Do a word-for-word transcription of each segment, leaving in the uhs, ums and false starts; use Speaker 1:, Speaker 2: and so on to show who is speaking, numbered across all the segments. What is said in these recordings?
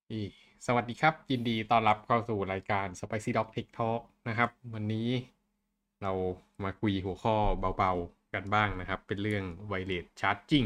Speaker 1: อีสวัสดีครับยินดีต้อนรับเข้าสู่รายการ Spicy Dog Tech Talk นะครับวันนี้เรามาคุยหัวข้อเบาๆกันบ้างนะครับ เป็นเรื่อง Wireless Charging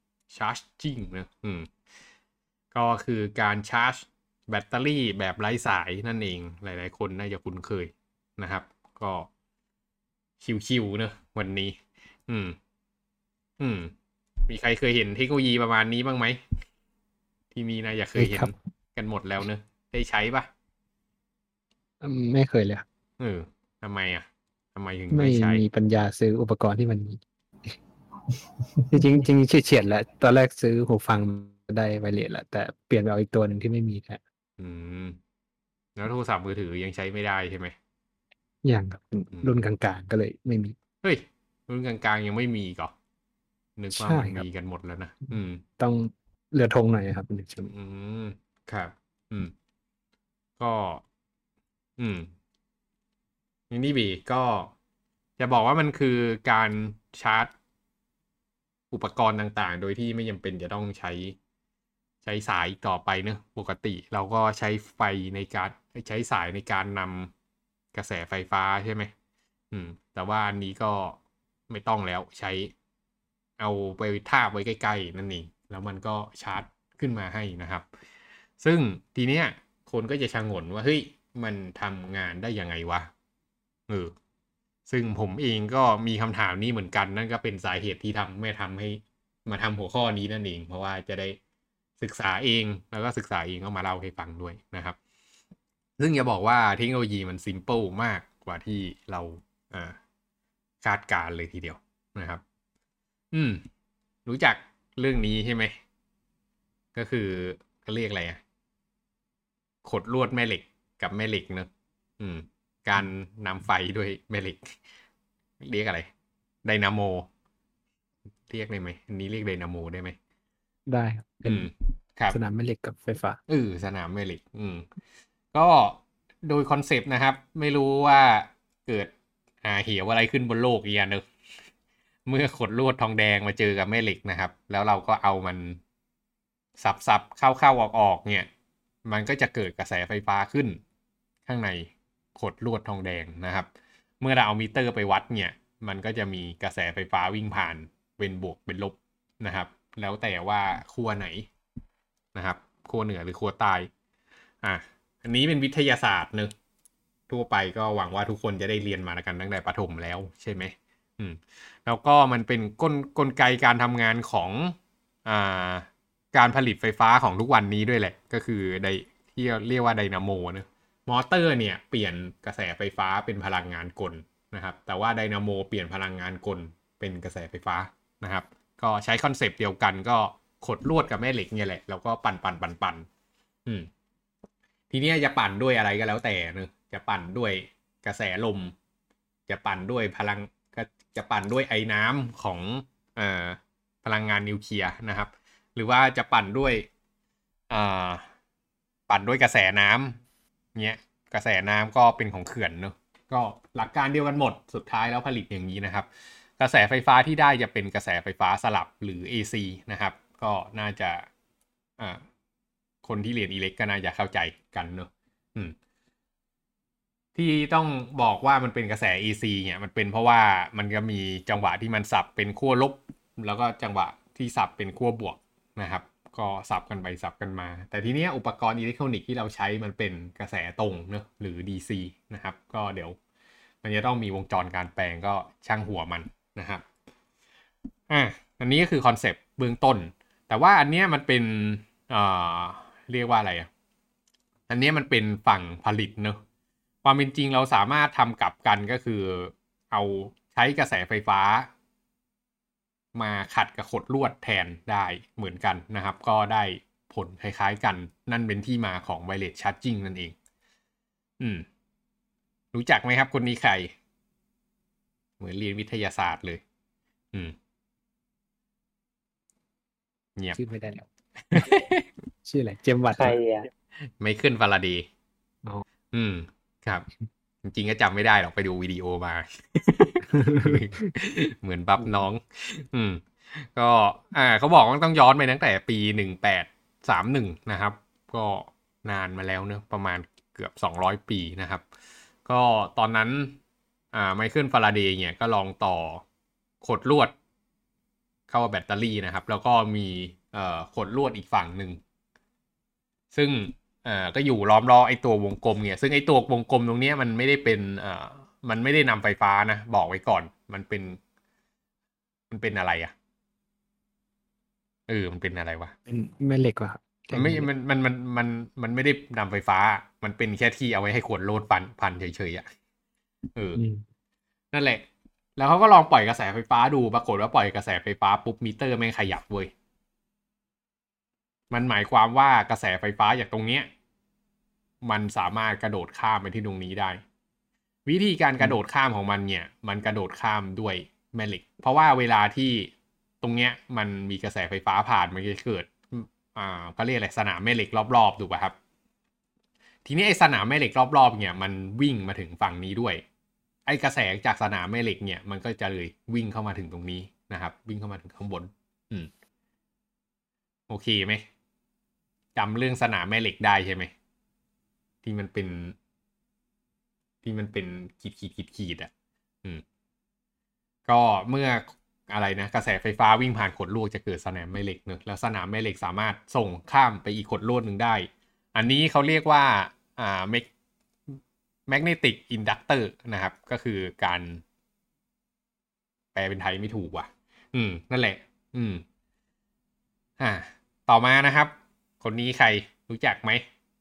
Speaker 1: Charging นะอืมก็คือการชาร์จแบตเตอรี่แบบไร้สายนั่นเอง หลายๆคนน่าจะคุ้นเคยนะครับ ก็ชิวๆเนอะวันนี้ อืมอืมมีใครเคยเห็นเทคโนโลยีประมาณนี้บ้างไหมที่มีนะอยากเคยเห็น
Speaker 2: เคยครับ
Speaker 1: กันหมดแล้วเนอะได้ใช้ปะ
Speaker 2: อืมไม่เคยเลยครับ
Speaker 1: เออทำไมอ่ะทำไมถึง
Speaker 2: ไม่
Speaker 1: ไม่ใช้
Speaker 2: มีปัญญาซื้ออุปกรณ์ที่มันมีจริงๆจริงๆเฉียดๆแหละตอนแรกซื้อหูฟังได้ไวเลสแหละแต่เปลี่ยนไปเอาอีกตัวหนึ่งที่ไม่มีแทน
Speaker 1: อืมแล้วโทรศัพท์มือถือยังใช้ไม่ได้ใช่ไหม
Speaker 2: อย่างครับ
Speaker 1: อืม
Speaker 2: รุ่นกลางๆก็เลยไม่มี
Speaker 1: เฮ้ยรุ่นกลางๆยังไม่มีอีก่อนึกว่า
Speaker 2: ใช่
Speaker 1: มัน
Speaker 2: ครับ
Speaker 1: มีกันหมดแล้วนะอืม
Speaker 2: ต้องเรือธงหน่อยครับถึงจะ
Speaker 1: อื
Speaker 2: มี
Speaker 1: มครับอืมก็อืมมินิบีก็จะบอกว่ามันคือการชาร์จอุปกรณ์ต่างๆโดยที่ไม่จำเป็นจะต้องใช้ใช้สายต่อไปเนอะปกติเราก็ใช้ไฟในการใช้สายในการนำกระแสไฟฟ้าใช่ไหมอืมแต่ว่าอันนี้ก็ไม่ต้องแล้วใช้เอาไปทาบไว้ใกล้ๆนั่นเองแล้วมันก็ชาร์จขึ้นมาให้นะครับซึ่งทีเนี้ยคนก็จะชงนว่าเฮ้ยมันทำงานได้ยังไงวะเออ ซึ่งผมเองก็มีคำถามนี้เหมือนกันนั่นก็เป็นสาเหตุที่ทำไม่ทำให้มาทำหัวข้อนี้นั่นเองเพราะว่าจะได้ศึกษาเองแล้วก็ศึกษาเองก็มาเล่าให้ฟังด้วยนะครับซึ่งจะบอกว่าเทคโนโลยีมันซิมเปิลมากกว่าที่เราอ่าคาดการณ์เลยทีเดียวนะครับอืมรู้จักเรื่องนี้ใช่ไหมก็คือเขาเรียกอะไรอะขดลวดแม่เหล็กกับแม่เหล็กเนอะอืมการนำไฟด้วยแม่เหล็กเรียกอะไรไดนาโม เรียกได้ไหมอันนี้เรียกไดนาโมได้ไหม
Speaker 2: ได้ครับเป็น
Speaker 1: อืมครับ
Speaker 2: สนามแม่เหล็กกับไฟฟ้า
Speaker 1: เออสนามแม่เหล็กอืมก็โดยคอนเซปต์นะครับไม่รู้ว่าเกิดหาเหวอะไรขึ้นบนโลกอีกอย่างหนึงเมื่อขดลวดทองแดงมาเจอกับแม่เหล็กนะครับแล้วเราก็เอามันสับสับเข้าเข้าออกออกเนี่ยมันก็จะเกิดกระแสไฟฟ้าขึ้นข้างในขดลวดทองแดงนะครับเมื่อเราเอามิเตอร์ไปวัดเนี่ยมันก็จะมีกระแสไฟฟ้าวิ่งผ่านเป็นบวกเป็นลบนะครับแล้วแต่ว่าขั้วไหนนะครับขั้วเหนือหรือขั้วใต้อ่ะอันนี้เป็นวิทยาศาสตร์เนอะทั่วไปก็หวังว่าทุกคนจะได้เรียนมากันตั้งแต่ประถมแล้วใช่ไหมอืม แล้วก็มันเป็นกลกลไกการทำงานของอ่าการผลิตไฟฟ้าของทุกวันนี้ด้วยแหละก็คือไดที่เรียกว่าไดนาโมนะมอเตอร์เนี่ยเปลี่ยนกระแสไฟฟ้าเป็นพลังงานกลนะครับแต่ว่าไดนาโมเปลี่ยนพลังงานกลเป็นกระแสไฟฟ้านะครับก็ใช้คอนเซปต์เดียวกันก็ขดลวดกับแม่เหล็กเนี่ยแหละแล้วก็ปั่นปั่นปั่นปั่นอืมทีนี้จะปั่นด้วยอะไรก็แล้วแต่เนอะจะปั่นด้วยกระแสลมจะปั่นด้วยพลัง ก็จะปั่นด้วยไอ้น้ำของเอ่อพลังงานนิวเคลียร์นะครับหรือว่าจะปั่นด้วยอ่าปั่นด้วยกระแสน้ำเนี้ยกระแสน้ำก็เป็นของเขื่อนเนอะก็หลักการเดียวกันหมดสุดท้ายแล้วผลิตอย่างนี้นะครับกระแสไฟฟ้าที่ได้จะเป็นกระแสไฟฟ้าสลับหรือ เอ ซี นะครับก็น่าจะอ่าคนที่เรียนอิเล็กก็น่าจะเข้าใจกันเนอะอืม ที่ต้องบอกว่ามันเป็นกระแส อี ซี เนี่ยมันเป็นเพราะว่ามันก็มีจังหวะที่มันสับเป็นขั้วลบแล้วก็จังหวะที่สับเป็นขั้วบวกนะครับก็สับกันไปสับกันมาแต่ทีนี้อุปกรณ์อิเล็กทรอนิกส์ที่เราใช้มันเป็นกระแสตรงเนอะหรือ ดี ซี นะครับก็เดี๋ยวมันจะต้องมีวงจรการแปลงก็ช่างหัวมันนะครับอ่ะอันนี้ก็คือคอนเซปต์เบื้องต้นแต่ว่าอันเนี้ยมันเป็นเอ่อเรียกว่าอะไรอ่ะอันเนี้ยมันเป็นฝั่งผลิตเนอะ ความเป็นจริงเราสามารถทำกลับกันก็คือเอาใช้กระแสไฟฟ้ามาขัดกับขดลวดแทนได้เหมือนกันนะครับก็ได้ผลคล้ายๆกันนั่นเป็นที่มาของ wireless charging นั่นเองอืมรู้จักไหมครับคนนี้ใครเหมือนเรียนวิทยาศาสตร์เลยอืมเงียบ
Speaker 2: ชื่อไม่ได้แล้วชื่ออะไรเจมส์วัต
Speaker 3: ใคร
Speaker 2: ต์เหรอ
Speaker 3: อ่ะ
Speaker 1: ไมเคิลฟาราเดย์
Speaker 2: อ๋อ
Speaker 1: อืมครับจริงๆก็จำไม่ได้หรอกไปดูวิดีโอมา เหมือนบับน้องอืมก็อ่าเขาบอกว่าต้องย้อนไปตั้งแต่ปีหนึ่งแปดสามหนึ่งนะครับก็นานมาแล้วเนอะประมาณเกือบสองร้อยปีนะครับก็ตอนนั้นอ่าไมเคิลฟาราเดย์เนี่ยก็ลองต่อขดลวดเข้ากับแบตเตอรี่นะครับแล้วก็มีเอ่อขดลวดอีกฝั่งหนึ่งซึ่งเอ่อก็อยู่ล้อมรอบไอ้ตัววงกลมเนี่ยซึ่งไอ้ตัววงกลมตรงเนี้ยมันไม่ได้เป็นเอ่อมันไม่ได้นำไฟฟ้านะบอกไว้ก่อนมันเป็นมันเป็นอะไรอ่ะเออมันเป็นอะไรวะ
Speaker 2: เป็นแม่เหล็กว่ะครับแท่
Speaker 1: มันไม่
Speaker 2: งแม่เหล็ก
Speaker 1: มันมันมันมันมันไม่ได้นำไฟฟ้า มันเป็นแค่ที่เอาไว้ให้ขวดโลดฟันพันเฉยๆอ่ะเออ
Speaker 2: อืม
Speaker 1: นั่นแหละ แล้วเขาก็ลองปล่อยกระแสไฟฟ้าดู ปรากฏว่าปล่อยกระแสไฟฟ้าปุ๊บมิเตอร์ไม่ขยับเว้ยมันหมายความว่ากระแสไฟฟ้าจากตรงเนี้ยมันสามารถกระโดดข้ามไปที่ตรงนี้ได้ วิธีการกระโดดข้ามของมันเนี่ย มันกระโดดข้ามด้วยแม่เหล็ก เพราะว่าเวลาที่ตรงเนี้ยมันมีกระแสไฟฟ้าผ่านมันจะเกิด อ่าก็เรียกอะไรสนามแม่เหล็กรอบๆถูกป่ะครับทีนี้ไอ้สนามแม่เหล็กรอบๆเนี่ยมันวิ่งมาถึงฝั่งนี้ด้วยไอ้กระแสจากสนามแม่เหล็กเนี่ยมันก็จะเลยวิ่งเข้ามาถึงตรงนี้นะครับวิ่งเข้ามาถึงข้างบนอืมโอเคไหมจำเรื่องสนามแม่เหล็กได้ใช่ไหมที่มันเป็นที่มันเป็นขีดขีดขีดขีดอ่ะอืมก็เมื่ออะไรนะกระแสไฟฟ้าวิ่งผ่านขดลวดจะเกิดสนามแม่เหล็กเนอะแล้วสนามแม่เหล็กสามารถส่งข้ามไปอีกขดลวดหนึ่งได้ อันนี้เขาเรียกว่าอ่า magnetic inductor นะครับ ก็คือการแปลเป็นไทยไม่ถูกว่ะ อืม นั่นแหละ อืมอ่าต่อมานะครับ คนนี้ใครรู้จักไหม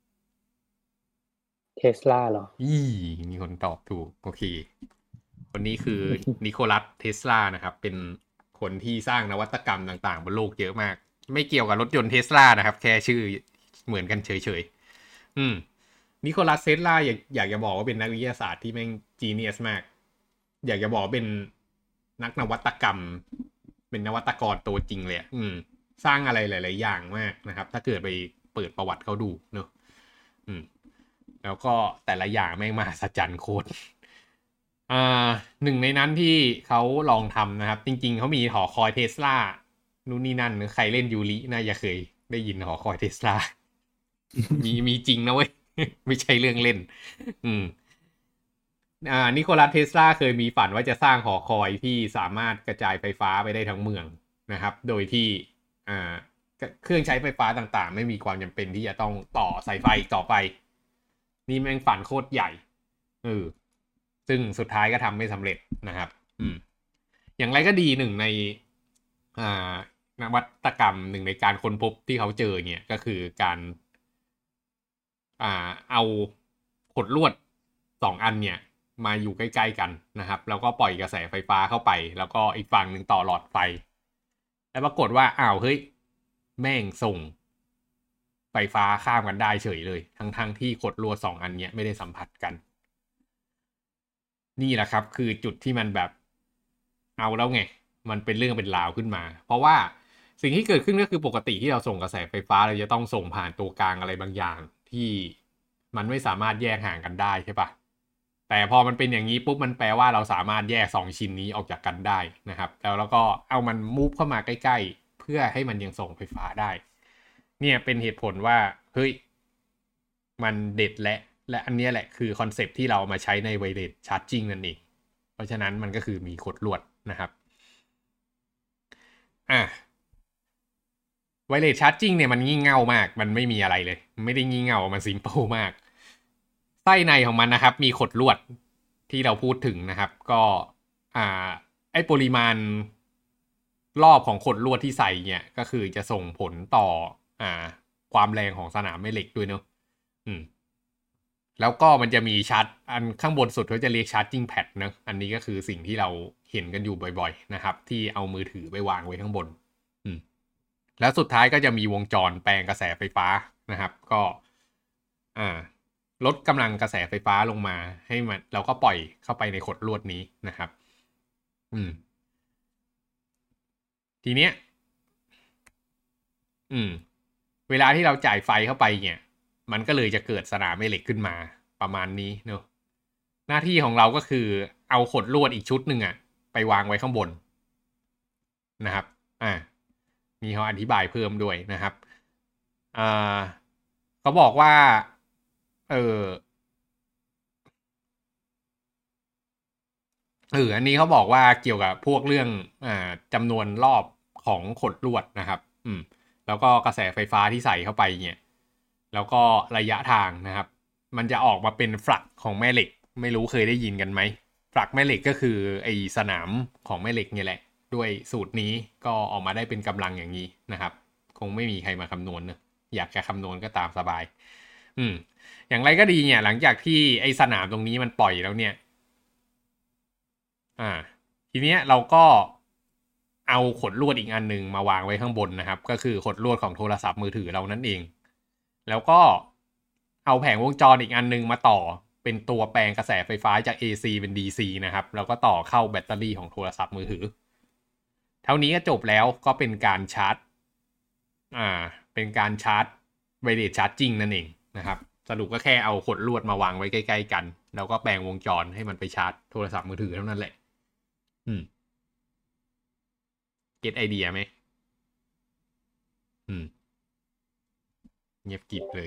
Speaker 3: เทสลาเหรอ
Speaker 1: อีมีคนตอบถูก โอเค คนนี้คือ นิโคลัสเทสลานะครับ เป็นคนที่สร้างนวัตกรรมต่างๆบนโลกเยอะมาก ไม่เกี่ยวกับรถยนต์เทสลานะครับ แค่ชื่อเหมือนกันเฉยๆ อืม นิโคลัสเทสลาอยากอยากจะบอกว่าเป็นนักวิทยาศาสตร์ที่แม่งจีเนียสมาก อยากจะบอกเป็นนักนวัตกรรม เป็นนวัตกรตัวจริงเลยอืม สร้างอะไรหลายๆอย่างมากนะครับ ถ้าเกิดไปเปิดประวัติเขาดูเนอะอืม แล้วก็แต่ละอย่างแม่งมหัศจรรย์โคตรอ่าหนึ่งในนั้นที่เขาลองทำนะครับ จริงๆเขามีหอคอยเทสลานู่นนี่นั่นใครเล่นยูริน่าจะเคยได้ยินหอคอยเทสลามีมีจริงนะเว้ย ไม่ใช่เรื่องเล่น อืมอ่านิโคลัสเทสลาเคยมีฝันว่าจะสร้างหอคอยที่สามารถกระจายไฟฟ้าไปได้ทั้งเมืองนะครับ โดยที่อ่าเครื่องใช้ไฟฟ้าต่างๆ ไม่มีความจำเป็นที่จะต้องต่อสายไฟอีกต่อไป นี่แม่งฝันโคตรใหญ่เออซึ่งสุดท้ายก็ทำไม่สำเร็จนะครับ อืม อย่างไรก็ดีหนึ่งในอ่านวัตกรรมหนึ่งในการค้นพบที่เขาเจอเนี่ยก็คือการอ่าเอาขดลวดสองอันเนี่ยมาอยู่ใกล้ๆกันนะครับแล้วก็ปล่อยกระแสไฟฟ้าเข้าไป แล้วก็อีกฝั่งหนึ่งต่อหลอดไฟแล้วปรากฏว่าอ้าวเฮ้ยแม่งส่งไฟฟ้าข้ามกันได้เฉยเลยทั้งๆ ทที่ขดลวดสองอันเนี้ยไม่ได้สัมผัสกัน นี่แหละครับคือจุดที่มันแบบเอาแล้วไงมันเป็นเรื่องเป็นราวขึ้นมา เพราะว่าสิ่งที่เกิดขึ้นก็คือปกติที่เราส่งกระแสไฟฟ้าเราจะต้องส่งผ่านตัวกลางอะไรบางอย่างที่มันไม่สามารถแยกห่างกันได้ใช่ปะแต่พอมันเป็นอย่างนี้ปุ๊บมันแปลว่าเราสามารถแยกสองชิ้นนี้ออกจากกันได้นะครับแล้วเราก็เอามันมูฟเข้ามาใกล้ๆเพื่อให้มันยังส่งไฟฟ้าได้ เนี่ยเป็นเหตุผลว่าเฮ้ยมันเด็ดและและอันนี้แหละคือคอนเซปที่เรามาใช้ในไวเลสชาร์จิ่งนั่นเองเพราะฉะนั้นมันก็คือมีขดลวดนะครับอ่ะไวเลสชาร์จิ่งเนี่ยมันงี่เง่ามากมันไม่มีอะไรเลยไม่ได้งี่เง่ามันซิมเปิลมากไส้ในของมันนะครับมีขดลวดที่เราพูดถึงนะครับก็อ่าไอปริมาณรอบของขดลวดที่ใส่เนี่ยก็คือจะส่งผลต่ออ่าความแรงของสนามแม่เหล็กด้วยเนอะอืม แล้วก็มันจะมีชาร์จอันข้างบนสุดเขาจะเรียกชาร์จิ่งแพดนะอันนี้ก็คือสิ่งที่เราเห็นกันอยู่บ่อยๆนะครับที่เอามือถือไปวางไว้ข้างบนอืมแล้วสุดท้ายก็จะมีวงจรแปลงกระแสไฟฟ้านะครับ ก็อ่าลดกำลังกระแสไฟฟ้าลงมาให้มันเราก็ปล่อยเข้าไปในขดลวดนี้นะครับ อืม ทีเนี้ยอืม เวลาที่เราจ่ายไฟเข้าไปเนี่ย มันก็เลยจะเกิดสนามแม่เหล็กขึ้นมาประมาณนี้เนอะหน้าที่ของเราก็คือเอาขดลวดอีกชุดหนึ่งอะไปวางไว้ข้างบนนะครับอ่ามีเขาอธิบายเพิ่มด้วยนะครับอ่าเขาเขาบอกว่าเออเอออันนี้เขาบอกว่าเกี่ยวกับพวกเรื่องอ่าจำนวนรอบของขดลวดนะครับอืมแล้วก็กระแสไฟฟ้าที่ใส่เข้าไปเนี่ยแล้วก็ระยะทางนะครับมันจะออกมาเป็นฟลักของแม่เหล็กไม่รู้เคยได้ยินกันไหมฟลักแม่เหล็กก็คือไอสนามของแม่เหล็กเนี่ยแหละด้วยสูตรนี้ก็ออกมาได้เป็นกำลังอย่างนี้นะครับคงไม่มีใครมาคำนวณเนอะอยากจะคำนวณก็ตามสบายอืมอย่างไรก็ดีเนี่ยหลังจากที่ไอสนามตรงนี้มันปล่อยแล้วเนี่ย อ่าทีเนี้ยเราก็เอาขดลวดอีกอันหนึ่งมาวางไว้ข้างบนนะครับก็คือขดลวดของโทรศัพท์มือถือเรานั่นเองแล้วก็เอาแผงวงจรอีกอันหนึ่งมาต่อเป็นตัวแปลงกระแสไฟฟ้าจาก เอ ซี เป็น ดี ซี นะครับแล้วก็ต่อเข้าแบตเตอรี่ของโทรศัพท์มือถือเท่านี้ก็จบแล้วก็เป็นการชาร์จอ่าเป็นการชาร์จไวเลสชาร์จจริงนั่นเองนะครับสรุปก็แค่เอาขดลวดมาวางไว้ใกล้ๆกันแล้วก็แปลงวงจรให้มันไปชาร์จโทรศัพท์มือถือเท่านั้นแหละอืม เก็ตไอเดียไหมอืมเงียบกริบเลย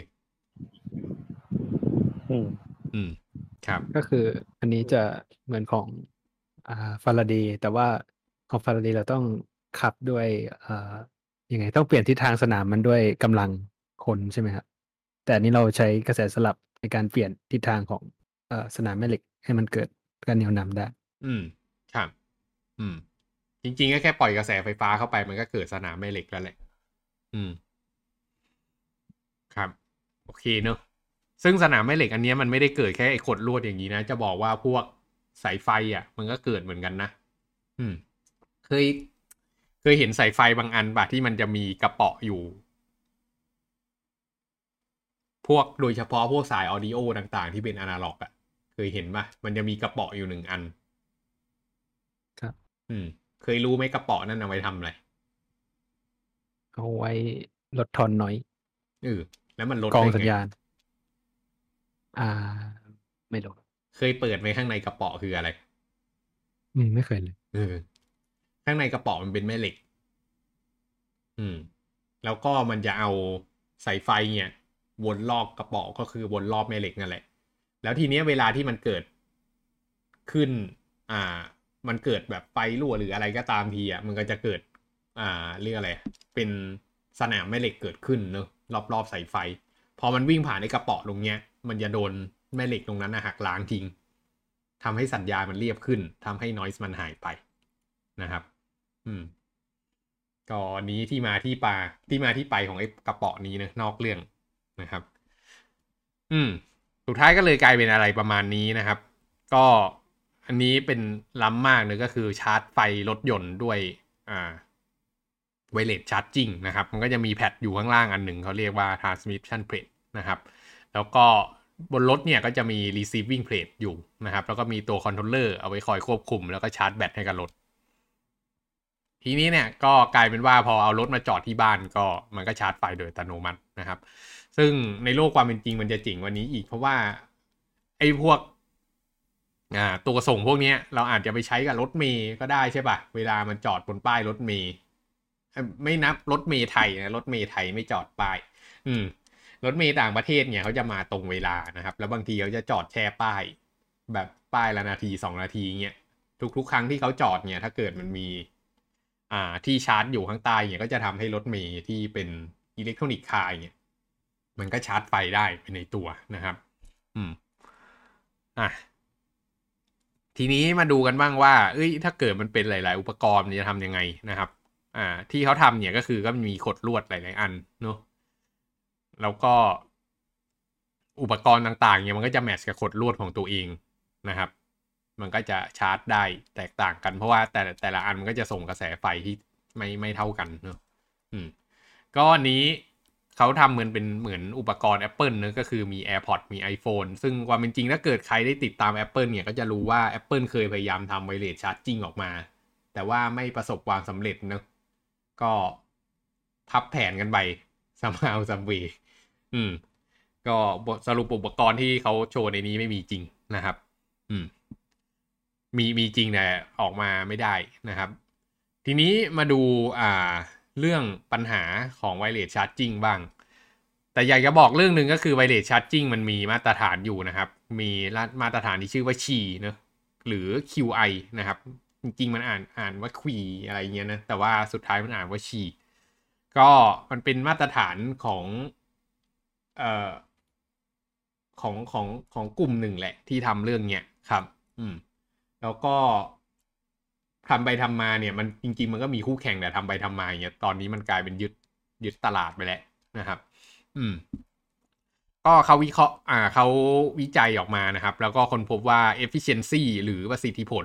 Speaker 2: อืม
Speaker 1: อืมครับ
Speaker 2: ก็คืออันนี้จะเหมือนของอ่าฟาราเดย์แต่ว่าของฟาราเดย์เราต้องขับด้วยอ่ายังไงต้องเปลี่ยนทิศทางสนามมันด้วยกำลังคนใช่ไหมครับแต่อันนี้เราใช้กระแสสลับในการเปลี่ยนทิศทางของเอ่อสนามแม่เหล็กให้มันเกิดการเหนี่ยวนำได้
Speaker 1: อืมครับอืมจริงๆก็แค่ปล่อยกระแสไฟฟ้าเข้าไปมันก็เกิดสนามแม่เหล็กแล้วแหละอืมครับโอเคเนอะซึ่งสนามแม่เหล็กอันเนี้ยมันไม่ได้เกิดแค่ไอ้ขดลวดอย่างนี้นะจะบอกว่าพวกสายไฟอ่ะมันก็เกิดเหมือนกันนะอืมเคยเคยเห็นสายไฟบางอันป่ะที่มันจะมีกระเปาะอยู่พวกโดยเฉพาะพวกสายออดิโอต่างๆที่เป็นอนาล็อกอ่ะเคยเห็นป่ะมันจะมีกระเปาะอยู่หนึ่งอัน
Speaker 2: ครับ
Speaker 1: อืมเคยรู้ไหมกระเป๋อนั่นเอาไว้ทำอะไร
Speaker 2: เอาไว้ลดทอนน้อย
Speaker 1: เออแล้วมันลด
Speaker 2: กรอ
Speaker 1: ได้ไง
Speaker 2: งสัญญาณอ่าไม่ลด
Speaker 1: เคยเปิดไหมข้างในกระเป๋อคืออะไร
Speaker 2: อืมไม่เคยเลย
Speaker 1: เออข้างในกระเป๋อมันเป็นแม่เหล็กอืมแล้วก็มันจะเอาสายไฟเนี่ยวนรอบกระเป๋อก็คือวนรอบแม่เหล็กนั่นแหละแล้วทีเนี้ยเวลาที่มันเกิดขึ้นอ่ามันเกิดแบบไฟรั่วหรืออะไรก็ตามทีอ่ะมันก็จะเกิดอ่าเรียกอะไรเป็นสนามแม่เหล็กเกิดขึ้นเนอะรอบๆสายไฟ พอมันวิ่งผ่านในกระเป๋อตรงเนี้ยมันจะโดนแม่เหล็กตรงนั้นนะหักล้างทิ้งทำให้สัญญาณมันเรียบขึ้นทำให้ noise มันหายไปนะครับอืมก็นี้ที่มาที่ปาที่มาที่ไปของไอ้กระเป๋อนี้เนะนอกเรื่องนะครับอืมสุดท้ายก็เลยกลายเป็นอะไรประมาณนี้นะครับก็อันนี้เป็นล้ำมากเลยก็คือชาร์จไฟรถยนต์ด้วยอ่าไวเลสชาร์จจิ่งนะครับมันก็จะมีแพดอยู่ข้างล่างอันหนึ่งเขาเรียกว่า transmission plate นะครับ แล้วก็บนรถเนี่ยก็จะมี receiving plate อยู่นะครับแล้วก็มีตัวคอนโทรลเลอร์เอาไว้คอยควบคุมแล้วก็ชาร์จแบตให้กับรถทีนี้เนี่ยก็กลายเป็นว่าพอเอารถมาจอดที่บ้านก็มันก็ชาร์จไฟโดยอัตโนมัตินะครับซึ่งในโลกความเป็นจริงมันจะเจ๋งกว่านี้อีกเพราะว่าไอ้พวกอ่าตัวส่งพวกนี้เราอาจจะไปใช้กับรถเมย์ก็ได้ใช่ป่ะเวลามันจอดบนป้ายรถเมย์ไม่นับรถเมย์ไทยนะรถเมย์ไทยไม่จอดป้ายอืม รถเมล์ต่างประเทศเนี่ยเขาจะมาตรงเวลานะครับแล้วบางทีเขาจะจอดแช่ป้ายแบบป้ายละนาทีสองนาทีเงี้ยทุกๆครั้งที่เขาจอดเนี่ยถ้าเกิดมันมีอ่าที่ชาร์จอยู่ข้างใต้เนี่ยก็จะทำให้รถเมล์ที่เป็นอิเล็กทรอนิกส์คาร์เนี่ยมันก็ชาร์จไฟได้ไปในตัวนะครับอืมอ่ะทีนี้มาดูกันบ้างว่าเอ้ยถ้าเกิดมันเป็นหลายๆอุปกรณ์จะทำยังไงนะครับอ่าที่เขาทำเนี่ยก็คือก็มีขดลวดหลายๆอันเนาะแล้วก็ อุปกรณ์ต่างๆเนี่ยมันก็จะแมทช์กับขดลวดของตัวเองนะครับมันก็จะชาร์จได้แตกต่างกันเพราะว่าแต่แต่ละอันมันก็จะส่งกระแสไฟที่ไม่ไม่เท่ากันเนอะอืมก็อันนี้เขาทำเหมือนเป็นเหมือนอุปกรณ์ Apple เนอะก็คือมี AirPods มี iPhone ซึ่งความเป็นจริงถ้าเกิดใครได้ติดตาม Apple เนี่ยก็จะรู้ว่า Apple เคยพยายามทำไวเลสชาร์จจิ่งออกมาแต่ว่าไม่ประสบความสำเร็จเนอะก็พับแผนกันไป somehow some way อืม ก็สรุปอุปกรณ์ที่เขาโชว์ในนี้ไม่มีจริงนะครับ อืม มีมีจริงแต่ออกมาไม่ได้นะครับ ทีนี้มาดูอ่าเรื่องปัญหาของไวเลสชาร์จจิ่งบ้างแต่อยากจะบอกเรื่องหนึ่งก็คือ wireless charging มันมีมาตรฐานอยู่นะครับมีมาตรฐานที่ชื่อว่า ชี เนอะหรือ คิว ไอ นะครับจริงๆมันอ่านอ่านว่าควีอะไรเงี้ยนะแต่ว่าสุดท้ายมันอ่านว่าชี ก็มันเป็นมาตรฐานของเอ่อของของของกลุ่มหนึ่งแหละที่ทำเรื่องเนี้ยครับอืมแล้วก็ทำไปทำมาเนี่ยมันจริงๆมันก็มีคู่แข่งแต่ทำไปทำมาเนี่ยตอนนี้มันกลายเป็นยึดยึดตลาดไปแล้วนะครับอืมก็เขาวิเคราะห์อ่าเขาวิจัยออกมานะครับแล้วก็ค้นพบว่า efficiency หรือประสิทธิผล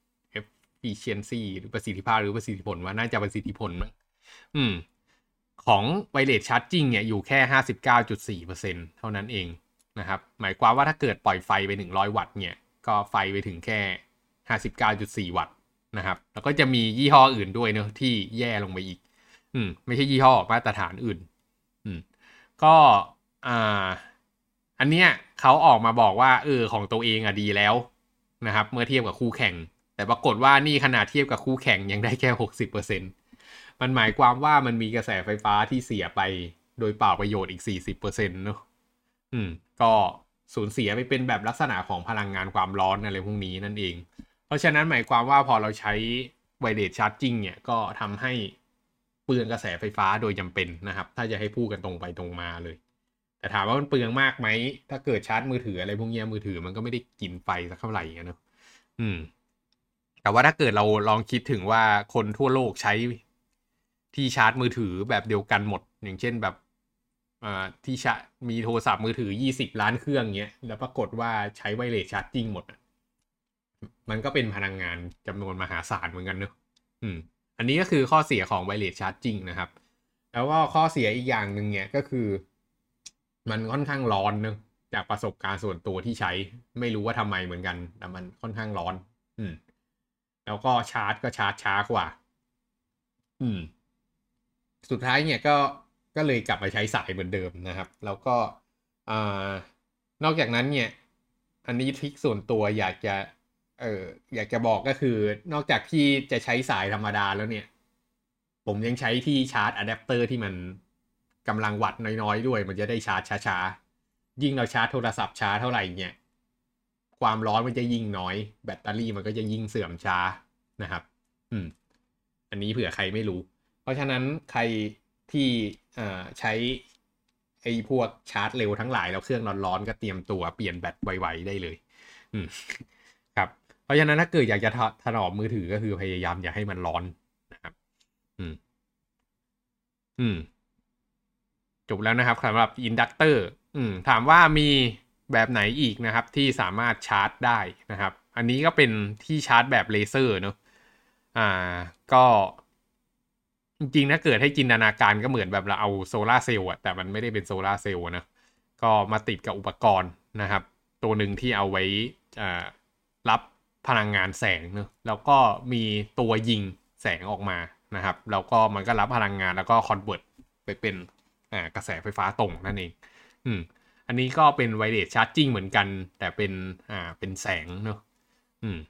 Speaker 1: efficiency หรือประสิทธิภาพหรือประสิทธิผลว่าน่าจะประสิทธิผลมั้งอืมของ wireless charging เนี่ยอยู่แค่ ห้าสิบเก้าจุดสี่เปอร์เซ็นต์ เท่านั้นเองนะครับหมายความว่าถ้าเกิดปล่อยไฟไปหนึ่งร้อยวัตต์เนี่ยก็ไฟไปถึงแค่ ห้าสิบเก้าจุดสี่ วัตต์นะครับแล้วก็จะมียี่ห้ออื่นด้วยเนอะที่แย่ลงไปอีกอืมไม่ใช่ยี่ห้อมาตรฐานอื่นอืมก็อ่าอันเนี้ยเขาออกมาบอกว่าเออของตัวเองอะดีแล้วนะครับเมื่อเทียบกับคู่แข่งแต่ปรากฏว่านี่ขนาดเทียบกับคู่แข่งยังได้แค่ หกสิบเปอร์เซ็นต์ มันหมายความว่ามันมีกระแสไฟฟ้าที่เสียไปโดยเปล่าประโยชน์อีก สี่สิบเปอร์เซ็นต์ เนอะอืมก็สูญเสียไปเป็นแบบลักษณะของพลังงานความร้อนอะไรพวกนี้นั่นเอง เพราะฉะนั้นหมายความว่าพอเราใช้ wireless charging เนี่ยก็ทำให้เปลืองกระแสไฟฟ้าโดยจำเป็นนะครับถ้าจะให้พูดกันตรงไปตรงมาเลย แต่ถามว่ามันเปลืองมากไหมถ้าเกิดชาร์จมือถืออะไรพวกนี้มือถือมันก็ไม่ได้กินไฟสักเท่าไหร่เนอะอืมแต่ว่าถ้าเกิดเราลองคิดถึงว่าคนทั่วโลกใช้ที่ชาร์จมือถือแบบเดียวกันหมดอย่างเช่นแบบอ่าที่ชามีโทรศัพท์มือถือยี่สิบล้านเครื่องเงี้ยแล้วปรากฏว่าใช้ไวเลสชาร์จจิ้งหมดมันก็เป็นพลังงานจำนวนมหาศาลเหมือนกันเนอะอืมอันนี้ก็คือข้อเสียของไวเลสชาร์จจิ้งนะครับ แล้วก็ข้อเสียอีกอย่างหนึ่งเนี่ยก็คือ มันค่อนข้างร้อนเนอะจากประสบการณ์ส่วนตัวที่ใช้ไม่รู้ว่าทำไมเหมือนกันแต่มันค่อนข้างร้อน อืมแล้วก็ชาร์จก็ชาร์จช้ากว่า อืม สุดท้ายเนี่ยก็ก็เลยกลับมาใช้สายเหมือนเดิมนะครับ แล้วก็อ่านอกจากนั้นเนี่ย อันนี้ทริคส่วนตัวอยากจะเอออยากจะบอกก็คือนอกจากที่จะใช้สายธรรมดาแล้วเนี่ย ผมยังใช้ที่ชาร์จอะแดปเตอร์ที่มันกำลังวัตต์น้อยๆด้วยมันจะได้ชาร์จช้าๆยิ่งเราชาร์จโทรศัพท์ช้าเท่าไหร่เนี่ยความร้อนมันจะยิ่งน้อยแบตเตอรี่มันก็จะยิ่งเสื่อมช้านะครับอืมอันนี้เผื่อใครไม่รู้ เพราะฉะนั้นใครที่ใช้ไอ้พวกชาร์จเร็วทั้งหลายแล้วเครื่องร้อนๆก็เตรียมตัวเปลี่ยนแบตไวๆได้เลยอืมครับเพราะฉะนั้นถ้าเกิดอยากจะถนอมมือถือก็คือพยายามอย่าให้มันร้อนนะครับอืมอืมจบแล้วนะครับสำหรับอินดักเตอร์อืมถามว่ามีแบบไหนอีกนะครับที่สามารถชาร์จได้นะครับอันนี้ก็เป็นที่ชาร์จแบบเลเซอร์เนอะอ่าก็จริงๆถ้าเกิดให้จินตนาการก็เหมือนแบบเราเอาโซลาร์เซลล์อะแต่มันไม่ได้เป็นโซลาร์เซลล์นะก็มาติดกับอุปกรณ์นะครับตัวหนึ่งที่เอาไว้อ่ารับพลังงานแสงเนอะแล้วก็มีตัวยิงแสงออกมานะครับแล้วก็มันก็รับพลังงานแล้วก็คอนเวิร์ตไปเป็นอ่ากระแสไฟฟ้าตรงนั่นเองอืมอันนี้ก็เป็นไวเลสชาร์จิ่งเหมือนกันแต่เป็นอ่าเป็นแสงเนอะอืม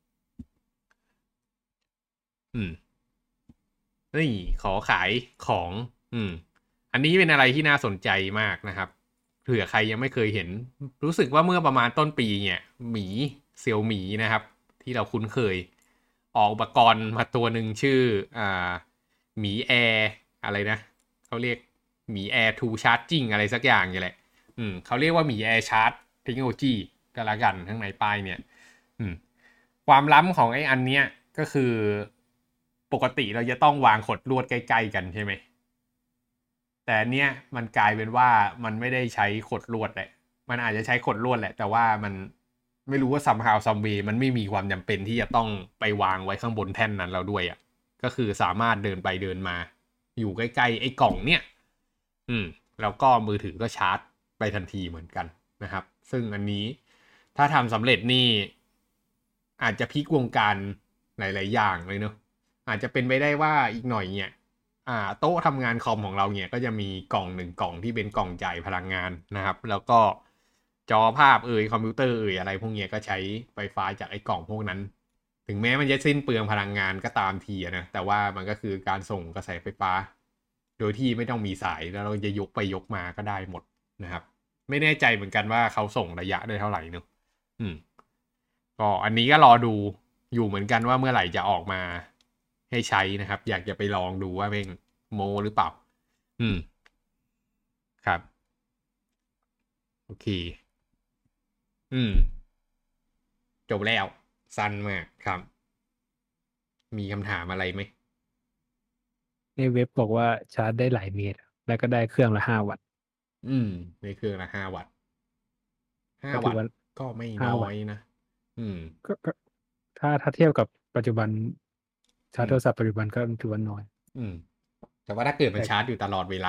Speaker 1: อืม นี่ขอขายของอืมอันนี้เป็นอะไรที่น่าสนใจมากนะครับเผื่อใครยังไม่เคยเห็นรู้สึกว่าเมื่อประมาณต้นปีเนี่ยหมีเซี่ยวหมีนะครับที่เราคุ้นเคยออกอุปกรณ์มาตัวหนึ่งชื่ออ่าหมีแอร์อะไรนะเขาเรียกหมีแอร์ทูชาร์จิ่งอะไรสักอย่างนี่แหละอืมเขาเรียกว่าหมีแอร์ชาร์จเทคโนโลยีก็แล้วกันข้างในป้ายเนี่ยอืมความล้ำของไอ้อันเนี้ยก็คือปกติเราจะต้องวางขดลวดใกล้ๆกันใช่ไหม แต่เนี้ยมันกลายเป็นว่ามันไม่ได้ใช้ขดลวดแหละมันอาจจะใช้ขดลวดแหละแต่ว่ามันไม่รู้ว่า somehow some way มันไม่มีความจำเป็นที่จะต้องไปวางไว้ข้างบนแท่นนั้นเราด้วยอ่ะก็คือสามารถเดินไปเดินมาอยู่ใกล้ๆไอ้กล่องเนี่ยอืมแล้วก็มือถือก็ชาร์จไปทันทีเหมือนกันนะครับซึ่งอันนี้ถ้าทำสำเร็จนี่อาจจะพลิกวงการหลายๆอย่างเลยเนอะอาจจะเป็นไปได้ว่าอีกหน่อยเนี่ย อ่าโต๊ะทำงานคอมของเราเนี่ยก็จะมีกล่องหนึ่งกล่องที่เป็นกล่องจ่ายพลังงานนะครับแล้วก็จอภาพเอ่ยคอมพิวเตอร์เอ่ยอะไรพวกเนี้ยก็ใช้ไฟฟ้าจากไอ้กล่องพวกนั้นถึงแม้มันจะสิ้นเปลืองพลังงานก็ตามทีนะแต่ว่ามันก็คือการส่งกระแสไฟฟ้าโดยที่ไม่ต้องมีสายแล้วเราจะยกไปยกมาก็ได้หมดนะครับ ไม่แน่ใจเหมือนกันว่าเขาส่งระยะได้เท่าไหร่เนอะอืมก็อันนี้ก็รอดูอยู่เหมือนกันว่าเมื่อไหร่จะออกมาให้ใช้นะครับ อยากจะไปลองดูว่าเป็นโมหรือเปล่า อืมครับ โอเค อืม จบแล้ว สั้นมากครับ มีคำถามอะไรไหม
Speaker 2: ในเว็บบอกว่าชาร์จได้หลายเมตร แล้วก็ได้เครื่องละห้าวัตต์
Speaker 1: อืม ในเครื่องละห้าวัตต์ห้า
Speaker 2: ก็ถื
Speaker 1: วัตต์
Speaker 2: อว่า
Speaker 1: ก็ไม่
Speaker 2: ห้า
Speaker 1: น้อ
Speaker 2: วัตต์
Speaker 1: ยนะ อืม
Speaker 2: ก็ก็ถ้าถ้าเทียบกับปัจจุบันชาร์จ
Speaker 1: อืม
Speaker 2: โทรศัพท์ปัจจุบันก็ถือว่าน้อย
Speaker 1: อืม แต่ว่าถ้าเกิดมัน
Speaker 2: แต่
Speaker 1: ชาร์จอยู่ตลอดเวลา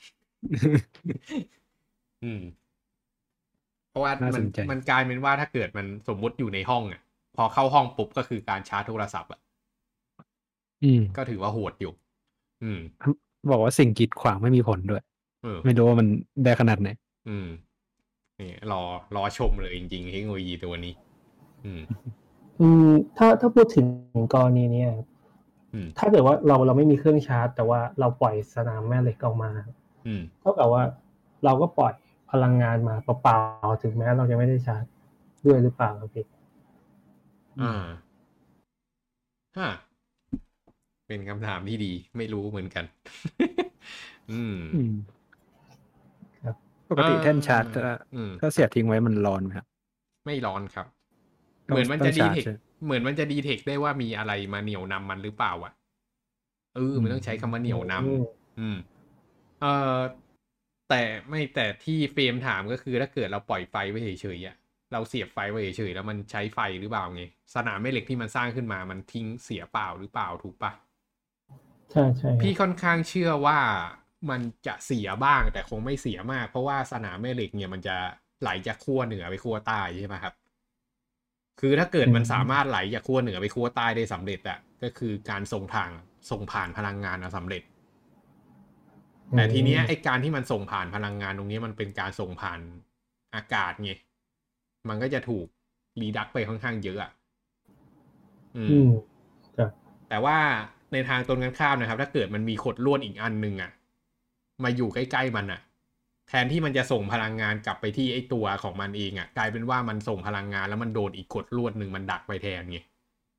Speaker 1: อืม เพราะว่า
Speaker 2: น่า
Speaker 1: มัน
Speaker 2: สนใจ
Speaker 1: มันกลายเป็นว่าถ้าเกิดมันสมมุติอยู่ในห้องอ่ะ พอเข้าห้องปุ๊บก็คือการชาร์จโทรศัพท์อ่ะ
Speaker 2: อืม
Speaker 1: ก็ถือว่าโหดอยู่ อืม
Speaker 2: บอกว่าสิ่งกีดขวางไม่มีผลด้วย
Speaker 1: เออ
Speaker 2: ไม่รู้ว่ามันได้ขนาดไหน
Speaker 1: อืมนี่รอรอชมเลยจริงๆเทคโนโลยีตัวนี้ อืม
Speaker 3: อืมถ้าถ้าพูดถึงกรณีเนี้ย
Speaker 1: อืม
Speaker 3: ถ้าเกิดว่าเราเราไม่มีเครื่องชาร์จ แต่ว่าเราปล่อยสนามแม่เหล็กออกมา
Speaker 1: อืม
Speaker 3: เท่ากับว่าเราก็ปล่อยพลังงานมาเปล่าๆถึงแม้เราจะไม่ได้ชาร์จด้วยหรือเปล่าครับพี่
Speaker 1: อ่าฮะเป็นคำถามที่ดีไม่รู้เหมือนกัน อืม
Speaker 2: อืม
Speaker 3: ครับ
Speaker 2: ปกติแท่นชาร์จถ้า
Speaker 1: อืม
Speaker 2: ถ้าเสียบทิ้งไว้มันร้อนไหมครับ
Speaker 1: ไม่ร้อนครับ
Speaker 2: ต้อง
Speaker 1: เหมือนมัน
Speaker 2: ต้อ
Speaker 1: จะ
Speaker 2: ง
Speaker 1: ดี
Speaker 2: ชาร์จ
Speaker 1: เทค
Speaker 2: ใช่ไหม
Speaker 1: เหมือนมันจะดีเทคได้ว่ามีอะไรมาเหนี่ยวนำมันหรือเปล่าอ่ะเออ
Speaker 2: อื
Speaker 1: มัน
Speaker 2: ม
Speaker 1: ต้องใช้คำว่าเหนี่ยวน
Speaker 3: อืม
Speaker 1: ำอืม เอ่อแต่ไม่แต่ที่เฟรมถามก็คือถ้าเกิดเราปล่อยไฟไว้เฉยๆอ่ะเราเสียบไฟไว้เฉยๆแล้วมันใช้ไฟหรือเปล่าไงสนามแม่เหล็กที่มันสร้างขึ้นมามันทิ้งเสียเปล่าหรือเปล่าถูกปะ
Speaker 3: ใช่ใช่ครับ
Speaker 1: พี่ค่อนข้างเชื่อว่ามันจะเสียบ้างแต่คงไม่เสียมาก เพราะว่าสนามแม่เหล็กเนี่ยมันจะไหลจากขั้วเหนือไปขั้วใต้ใช่ไหมครับ คือถ้าเกิดมัน
Speaker 3: อืม
Speaker 1: สามารถไหลจากขั้วเหนือไปขั้วใต้ได้สำเร็จอะก็คือการส่งทางส่งผ่านพลังงานอะสำเร็จ แต่ทีเนี้ยไอการที่มันส่งผ่านพลังงานตรงนี้มันเป็นการส่งผ่านอากาศไงมันก็จะถูกรีดักไปค่อนข้างเยอะอะอื
Speaker 3: อื
Speaker 1: ม
Speaker 3: มครับ
Speaker 1: แต่ว่าในทางตรงกันข้ามนะครับ ถ้าเกิดมันมีขดลวดอีกอันหนึ่งอะมาอยู่ใกล้ๆมันอะแทนที่มันจะส่งพลังงานกลับไปที่ไอตัวของมันเองอะกลายเป็นว่ามันส่งพลังงานแล้วมันโดนอีกขดลวดหนึ่งมันดักไปแทนไง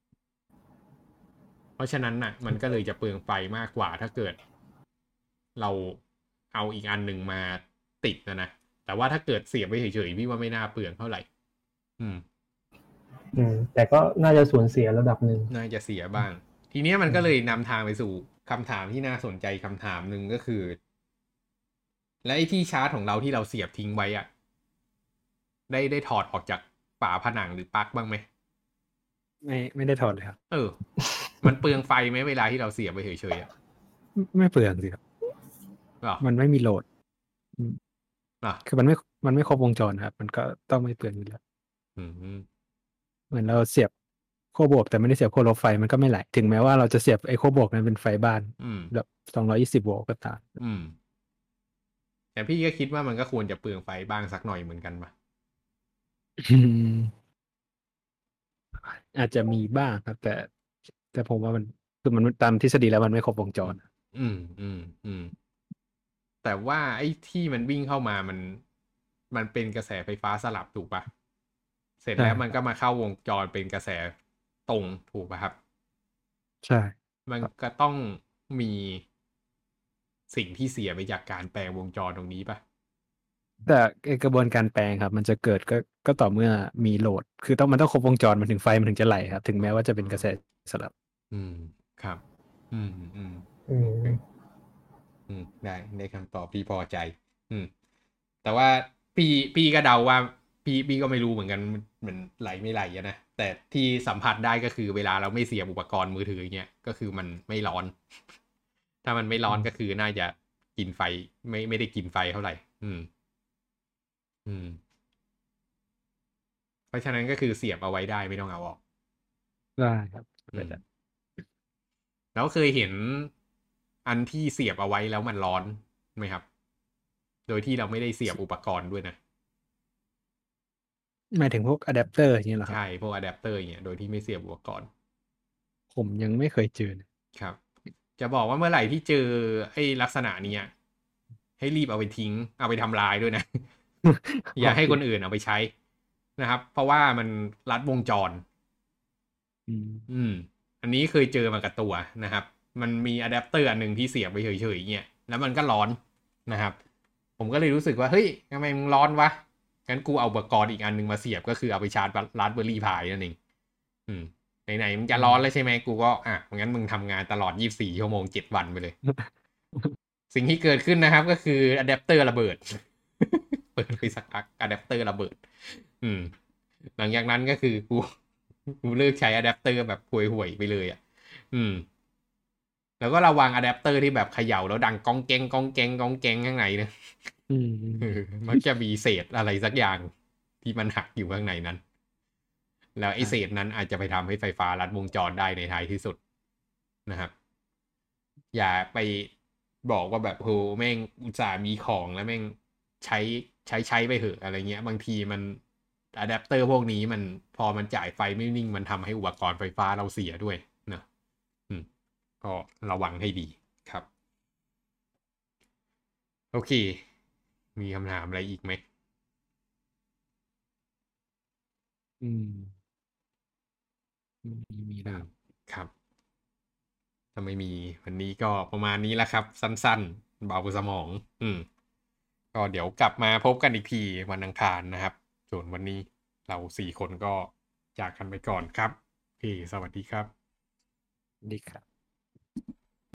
Speaker 1: เพราะฉะนั้นน่ะ มันก็เลยจะเปลืองไฟมากกว่าถ้าเกิด เราเอาอีกอันหนึ่งมาติดนะนะแต่ว่าถ้าเกิดเสียบไว้เฉยๆพี่ว่าไม่น่าเปลืองเท่าไหร่ อืม
Speaker 3: อืมแต่ก็น่าจะสูญเสียระดับหนึ่ง
Speaker 1: น่าจะเสียบ้าง ทีเนี้ยมันก็เลยนำทางไปสู่คำถามที่น่าสนใจคำถามหนึ่งก็คือ และไอ้ที่ชาร์จของเราที่เราเสียบทิ้งไว้อะได้ได้ถอดออกจากฝาผนังหรือปลั๊กบ้างไหม
Speaker 2: ไม่ไม่ได้ถอดเลยครับ
Speaker 1: เออ มันเปลืองไฟไหมเวลาที่เราเสียบไปเฉยๆอะ
Speaker 2: ไม่ไม่เปลืองสิครับ
Speaker 1: หรอ
Speaker 2: มันไม่มีโหลด อืม
Speaker 1: หรอ
Speaker 2: คือมันไม่มันไม่ครบวงจรครับ มันก็ต้องไม่เปลืองอยู่แล้ว
Speaker 1: อืม
Speaker 2: เหมือนเราเสียบขั้วบวกแต่ไม่ได้เสียบขั้วลบไฟมันก็ไม่ไหลถึงแม้ว่าเราจะเสียบไอ้ขั้วบวกนั้นเป็นไฟบ้าน
Speaker 1: อืม
Speaker 2: แบบสองร้อยยี่สิบโวลต์ก็ตาม
Speaker 1: อืม แต่พี่ก็คิดว่ามันก็ควรจะเปลืองไฟบ้างสักหน่อยเหมือนกันปะ
Speaker 2: อืมอาจจะมีบ้างครับ แต่ แต่ผมว่ามันคือมันตามทฤษฎีแล้วมันไม่ครบวงจร
Speaker 1: อืม อืม อืม แต่ว่าไอ้ที่มันวิ่งเข้ามามัน มันเป็นกระแสไฟฟ้าสลับถูกปะเสร็จแล้ว
Speaker 2: ใช่
Speaker 1: มันก็มาเข้าวงจรเป็นกระแสตรงถูกปะครับ
Speaker 2: ใช่
Speaker 1: มันก็ต้องมีสิ่งที่เสียไปจากการแปลงวงจรตรงนี้ปะ
Speaker 2: แต่ไอ้กระบวนการแปลงครับ มันจะเกิดก็ก็ต่อเมื่อมีโหลด คือต้องมันต้องครบวงจรมันถึงไฟมันถึงจะไหลครับ ถึงแม้ว่าจะเป็นกระแสสลับ
Speaker 1: อืม ครับ อืม อืม
Speaker 3: อืม
Speaker 1: อืม ได้ได้คำตอบพี่พอใจ อืม แต่ว่าพี่พี่ก็เดาว่าพี่พี่ก็ไม่รู้เหมือนกันเหมือนไหลไม่ไหลอะนะแต่ที่สัมผัสได้ก็คือเวลาเราไม่เสียบอุปกรณ์มือถือเงี้ยก็คือมันไม่ร้อน ถ้ามันไม่ร้อนก็คือน่าจะกินไฟไม่ไม่ได้กินไฟเท่าไหร่ อืม อืม เพราะฉะนั้นก็คือเสียบเอาไว้ได้ไม่ต้องเอาออก
Speaker 2: ได้ครับ
Speaker 1: อืม แล้วเคยเห็นอันที่เสียบเอาไว้แล้วมันร้อนไหมครับ โดยที่เราไม่ได้เสียบอุปกรณ์ด้วยนะ
Speaker 2: หมายถึงพวกอะแดปเตอร์อย่างเงี้ยเหรอครับ
Speaker 1: ใช่ พวกอะแดปเตอร์อย่างเงี้ยโดยที่ไม่เสียบอุปกรณ์
Speaker 2: ผมยังไม่เคยเจอเลย
Speaker 1: ครับจะบอกว่าเมื่อไหร่ที่เจอไอ้ลักษณะนี้อะให้รีบเอาไปทิ้ง เอาไปทำลายด้วยนะ อย่าให้คนอื่นเอาไปใช้นะครับ เพราะว่ามันลัดวงจร
Speaker 2: อืม
Speaker 1: อืม อันนี้เคยเจอมากับตัวนะครับ มันมีอะแดปเตอร์อันหนึ่งที่เสียบไปเฉยๆเงี้ยแล้วมันก็ร้อนนะครับ ผมก็เลยรู้สึกว่าเฮ้ยทำไมมึงร้อนวะงั้นกูเอาอุปกรณ์อีกอันหนึงมาเสียบก็คือเอาไปชาร์จราสเบอร์รี่พายนั่นเองอืมไหนๆมึงจะร้อนแล้วใช่ไหมกูก็อ่ะงั้นมึงทำงานตลอดยี่สิบสี่ชั่วโมงเจ็ดวันไปเลย สิ่งที่เกิดขึ้นนะครับก็คืออะแดปเตอร์ระเบิด เปิดไปสักพักอะแดปเตอร์ระเบิด อืม หลังจากนั้นก็คือกู กูเลิกใช้อะแดปเตอร์แบบห่วยๆไปเลยอ่ะ อืม แล้วก็ระวังอะแดปเตอร์ที่แบบเขย่าแล้วดังก้องแกงก้องแกงก้องแกงข้างในนะ
Speaker 2: อืม
Speaker 1: เออมักจะมีเศษอะไรสักอย่างที่มันหักอยู่ข้างในนั้น แล้วไอ้เศษนั้นอาจจะไปทำให้ไฟฟ้าลัดวงจรได้ในท้ายที่สุดนะครับ อย่าไปบอกว่าแบบโหแม่งอุตส่าห์มีของแล้วแม่งใช้ใช้ใช้ไปเหอะอะไรเงี้ย บางทีมันอะแดปเตอร์พวกนี้มันพอมันจ่ายไฟไม่นิ่งมันทำให้อุปกรณ์ไฟฟ้าเราเสียด้วยนะอืม ก็ระวังให้ดีครับ โอเค มีคำถามอะไรอีกไหม
Speaker 2: อืมมีมี
Speaker 1: อื
Speaker 2: แล้ว
Speaker 1: มครับ ถ้าไม่มีวันนี้ก็ประมาณนี้แหละครับ สั้นๆ เบาสมอง อืม ก็เดี๋ยวกลับมาพบกันอีกทีวันอังคารนะครับ ส่วนวันนี้เราสี่คนก็จากกันไปก่อนครับโอเคสวัสดีครับ
Speaker 2: ดีครับ